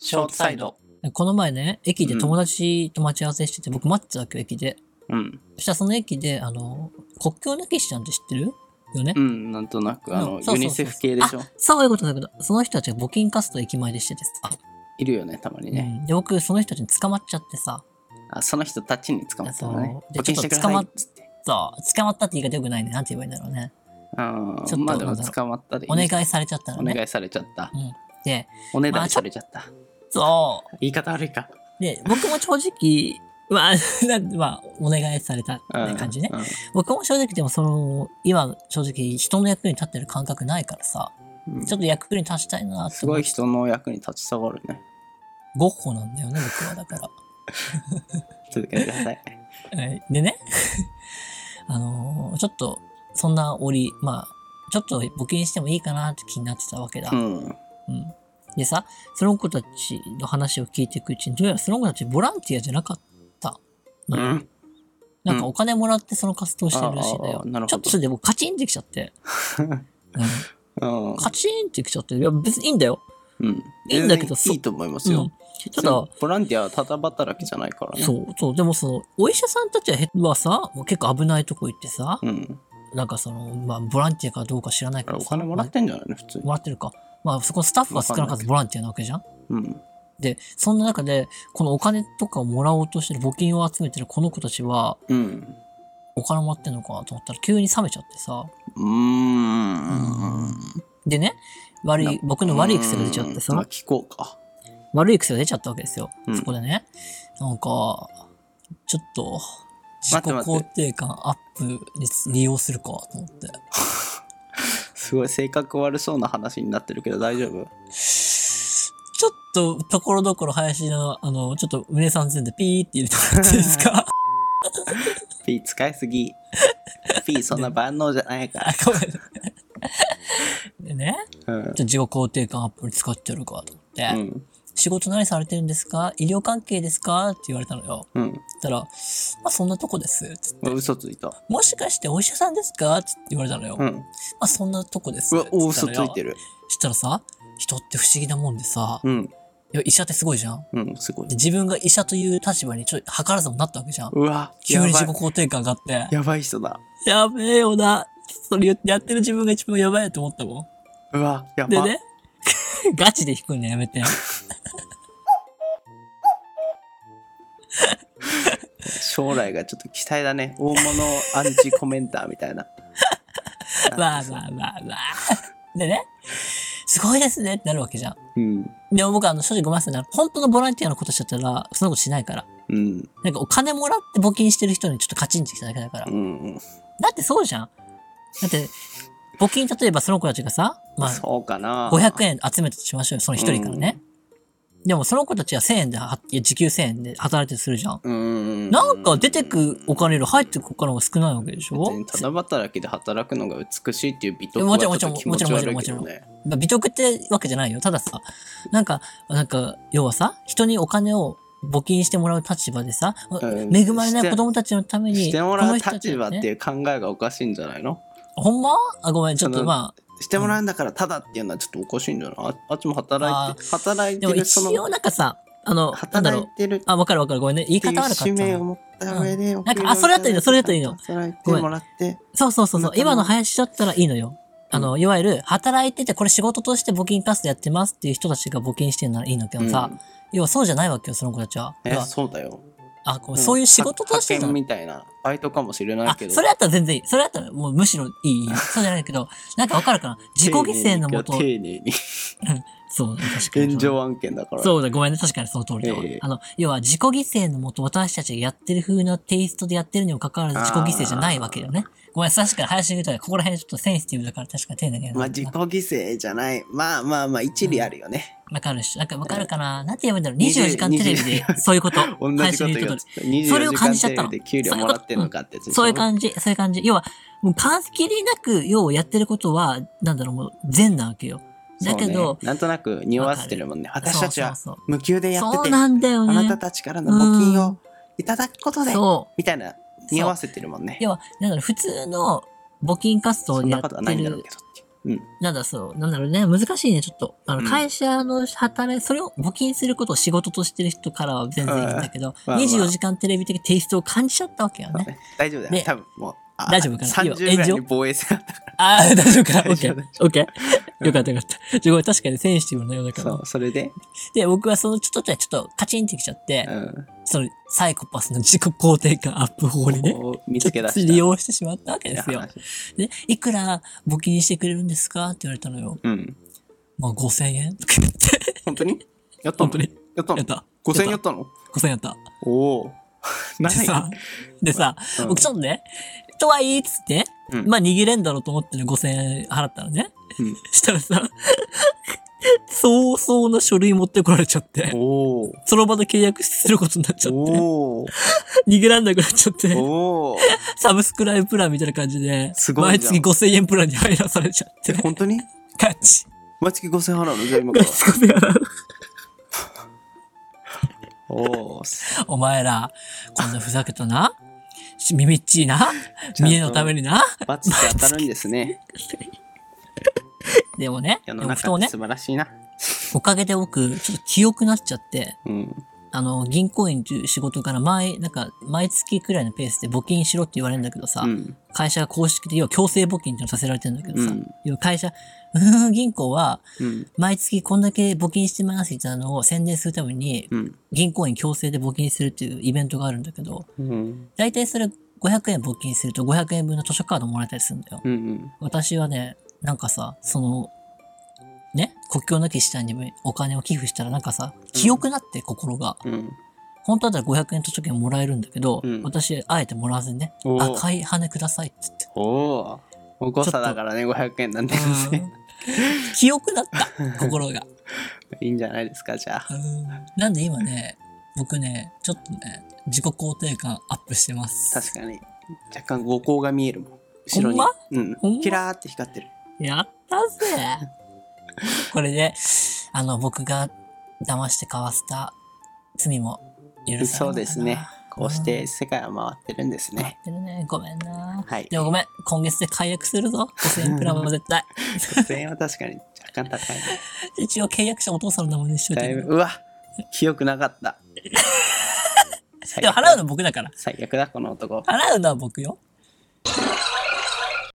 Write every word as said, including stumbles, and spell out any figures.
ショートサイド。 この前ね、駅で友達と待ち合わせしてて、僕待ってたわけよ、駅で。 うん。 そしたらその駅で、あの、国境なき師ちゃんって知ってるよね。 うん、なんとなく、あの、 うんそうそうそうそうユニセフ系でしょ。 そういうことだけど、その人たちが募金活動駅前でしててさ。 いるよね、たまにね。 うん、で、僕、その人たちに捕まっちゃってさ。 あ、その人たちに捕まったのね。 そうで募金してくださいっつって。 そう、捕まったって言い方よくないね。なんて言えばいいんだろうね。 ああ、 ちょっとまあでもなんだろう捕まったでいいおんじゃない願いされちゃったのね。 お願いされちゃった。 うん。で、 おねだりされちゃった。 そ言い方悪いか。 う。で、僕も正直、まあ、なんてまあ、お願いされたって感じね。 うんうん僕も正直でもその、今正直人の役に立ってる感覚ないからさ、 うんちょっと役に立ちたいなってすごい思って。 人の役に立ちたがるね。 ゴッホなんだよね、僕はだから。 続けてください。 はいでね、あのーちょっと、そんな折、まあ、ちょっと募金してもいいかなって気になってたわけだ。 ううん。 ん。 でさ、その子たちの話を聞いていくうちに、どうやらその子たちボランティアじゃなかったのよ。 うん。 なんかお金もらってその活動してるらしいんだよ。 ああなるほどちょっとそれで僕カチンってきちゃって。うんうん。 カチンってきちゃって。いや、別にいいんだよ。 うん。 いいんだけど全然いいと思いますよ。 うんただ、 ボランティアはただ働きじゃないからね。 そう、そう。でもその、お医者さんたちはへはさ、もう結構危ないとこ行ってさ、 うん。 なんかその、まあ、ボランティアかどうか知らないけどさ。 お金もらってんじゃないの普通に。 もらってるか。まあ、そこのスタッフは少なからずボランティアなわけじゃん。 うん。 で、そんな中で、このお金とかをもらおうとしてる、募金を集めてるこの子たちは、 うん。 お金もらってんのかと思ったら急に冷めちゃってさ。 うーん。 でね、悪い、僕の悪い癖が出ちゃってまあさ、 聞こうか。 悪い癖が出ちゃったわけですよ。 うんそこでね、なんか、ちょっと、自己待って待って肯定感アップに利用するかと思って。 すごい性格悪そうな話になってるけど大丈夫？ ちょっと、ところどころ林の、あの、ちょっと胸さん全でピーって入れてもらっていいですか？ P 使いすぎ。P そんな万能じゃないかあ、ごめん。でね、 ら。うんちょっと自己肯定感アップに使ってやるかと思って、 うん。 仕事何されてるんですか？医療関係ですか？って言われたのよ。 うん。 そしたら、まあそんなとこです。つって嘘ついた。 もしかしてお医者さんですか？って言われたのよ。まうん。 あそんなとこです。 うわ、お嘘つったのよついてる。 したらさ、人って不思議なもんでさ、 うん。 いや医者ってすごいじゃん。 うん、すごいで。自分が医者という立場にちょっと図らずもなったわけじゃん。 うわ、 急にやばい自己肯定感があって、 やばい人だ。 やべえよな。それやってる自分が一番やばいと思ったもん。 うわ、やばい。 でね、ガチで引くのやめて。 将来がちょっと期待だね。大物アンチコメンターみたいな。 まあまあまあまあ。でね、すごいですねってなるわけじゃん。 うん。 でも僕はあの、正直ごめんなさいね。本当のボランティアのことしちゃったら、そんなことしないから。 うん。 なんかお金もらって募金してる人にちょっとカチンってきただけだから。 うん。 だってそうじゃん。だって、募金例えばその子たちがさ、まあ、 そうかな。 ごひゃくえん集めたとしましょうよ。その一人からね。でもその子たちはせんえんでは、いや時給せんえんで働いてるとするじゃん。 うん。 なんか出てくお金より入ってくお金が少ないわけでしょ？ ただ働きで働くのが美しいっていう美徳もはちょっちろんもちろんと気持ち悪いけもちろんどね。 まあ美徳ってわけじゃないよ。たださ、なんか、なんか、要はさ、人にお金を募金してもらう立場でさ、 うん恵まれない子供たちのために、 してもらうこの人たち立場ねっていう考えがおかしいんじゃないの？ ほんまあ、ごめん、ちょっそのとまあ、 してもらうんだからただっていうのはちょっとおかしいんじゃない？ああっちも働いて、働いでもてるそ一応の、 なんかさ、あの、なんだろ働いうてるあ、わかるわかる。ごめんね。言いっていう方悪かった使命をな。 持った上で、 なんかあそれだったらいいのそれだったらいいの働いてもらって、 そうそうそうそう。 中の今の林だったらいいのよ。あの、いわゆる、働いてて、これ仕事として募金活動やってますっていう人たちが募金してるならいいのけどさ、 うん要はそうじゃないわけよ、その子たちは。 え要はそうだよ。 あ、こうそういう仕事としてじゃない。 派遣みたいなバイトかもしれないあけ、ど。 それだったら全然いい。それだったらもうむしろいい。いいそうじゃないけど、なんかわかるかな自己犠牲のもと。 丁寧にそう、確かに。 炎上案件だから。 そうだ、ごめんね。確かにその通りだわ。 ええあの、要は自己犠牲のもと私たちがやってる風なテイストでやってるにもかかわらず自己犠牲じゃないわけよね。ごめん、確かに林が言うとここら辺ちょっとセンシティブだから確かに丁寧にやる。 まあ自己犠牲じゃない。まあまあまあ一理あるよね。 わかるし、なんかわかるかななんて言えばいいんだろう ?にじゅうよじかんテレビでそういうこと。 同じこと言うと。にじゅうよじかんテレビで給料もらってんのかってやつでしょ。 そういう感じ、そういう感じ。要は、もう関係なく、要はやってることは、なんだろう、もう善なわけよ。だけど、 そうねなんとなく匂わせてるもんね。私たちはそうそう無給でやってて、 そうなんだよね。 あなたたちからの募金をいただくことで、 そう。 みたいな匂わせてるもんね。 要は、なんだろう、普通の募金活動でやってそんなことはないんだろうるけど。 うん。 なんだそう、なんだろうね、難しいね、ちょっと。あの、 うん会社の働い、それを募金することを仕事としてる人からは全然いいんだけど、 まあまあにじゅうよじかんテレビ的テイストを感じちゃったわけよね。 そうね大丈夫だでよ。多分もう。あ大丈夫かなさんじゅうぐらいに防衛戦あったから。 ああ、大丈夫かなオッケ大丈夫ー。オッケー。よかったよかった。ちょ、ごめん、確かにセンシティブなようだから。 そう、それで。 で、僕はそのちょっとでちょっとカチンってきちゃって、 うん。 そのサイコパスの自己肯定感アップ法にね、 こう見つけ出ちょっとした。 利用してしまったわけですよ。 話で、いくら募金してくれるんですかって言われたのよ。 うん。 まあ、ごせんえんとか言って。 本当にやったの本当にやったのやった。 ごせんえんやったのごせんえんやった。 おお。 でさ、でさ、 うん僕ちょっとね、とはいいっつって、 うんまあ逃げれんだろうと思ってるごせんえん払ったのね。 うん。 したらさ、早々の書類持ってこられちゃって、 おお。 その場で契約することになっちゃって、 おお。 逃げらんなくなっちゃって、 おお。 サブスクライブプランみたいな感じで、 すごい毎じゃん月ごせんえんプランに入らされちゃって、 本当にガチ。 毎月ごせん払うのじゃあ今から。 ごせんえん払うおお。 お前ら、こんなふざけたな、耳っちいな、見栄のためにな。 バツって当たるんですね。 でもね、 世でもふとねの中って、素晴らしいな。 おかげで僕、ちょっと記憶なっちゃって、 うん。 あの、銀行員という仕事から毎、なんか、毎月くらいのペースで募金しろって言われるんだけどさ、 うん。 会社が公式で、要は強制募金っていうのさせられてるんだけどさ、 うん要は会社、うーん、銀行は、 うん。毎毎月こんだけ募金してますみたいなのを宣伝するために、 うん。 銀行員強制で募金するっていうイベントがあるんだけど、 うん。 大体それごひゃくえん募金するとごひゃくえんぶんの図書カードもらえたりするんだよ。 うん。 私はね、なんかさ、その、ね、国境なき医師団にお金を寄付したらなんかさ、清くなって心が。 うん。 本当だったらごひゃくえん図書券もらえるんだけど、 うん私、あえてもらわずにね、 おー赤い羽くださいって言って。 おお。お誤差だからね、ごひゃくえんなんでですね。 清くなった、心が。 いいんじゃないですか、じゃあ。 うんなんで今ね、僕ね、ちょっとね、自己肯定感アップしてます。 確かに。若干五光が見えるもん。後ろに。 ほんまうんほんまキラーって光ってる。 やったぜこれで、あの、僕が騙してかわせた罪も許されるのかな。 そうですね。こうして世界は回ってるんですやっね。 てるね。ごめんな。 はいでもごめん。今月で解約するぞ。ごせんえんプランは絶対。 ごせんえんは確かに若干高いね。 一応契約者お父さんの名前にしといてね。 だいぶ、うわ記憶なかった。 でも払うの僕だから。 最悪だ、この男。 払うのは僕よ。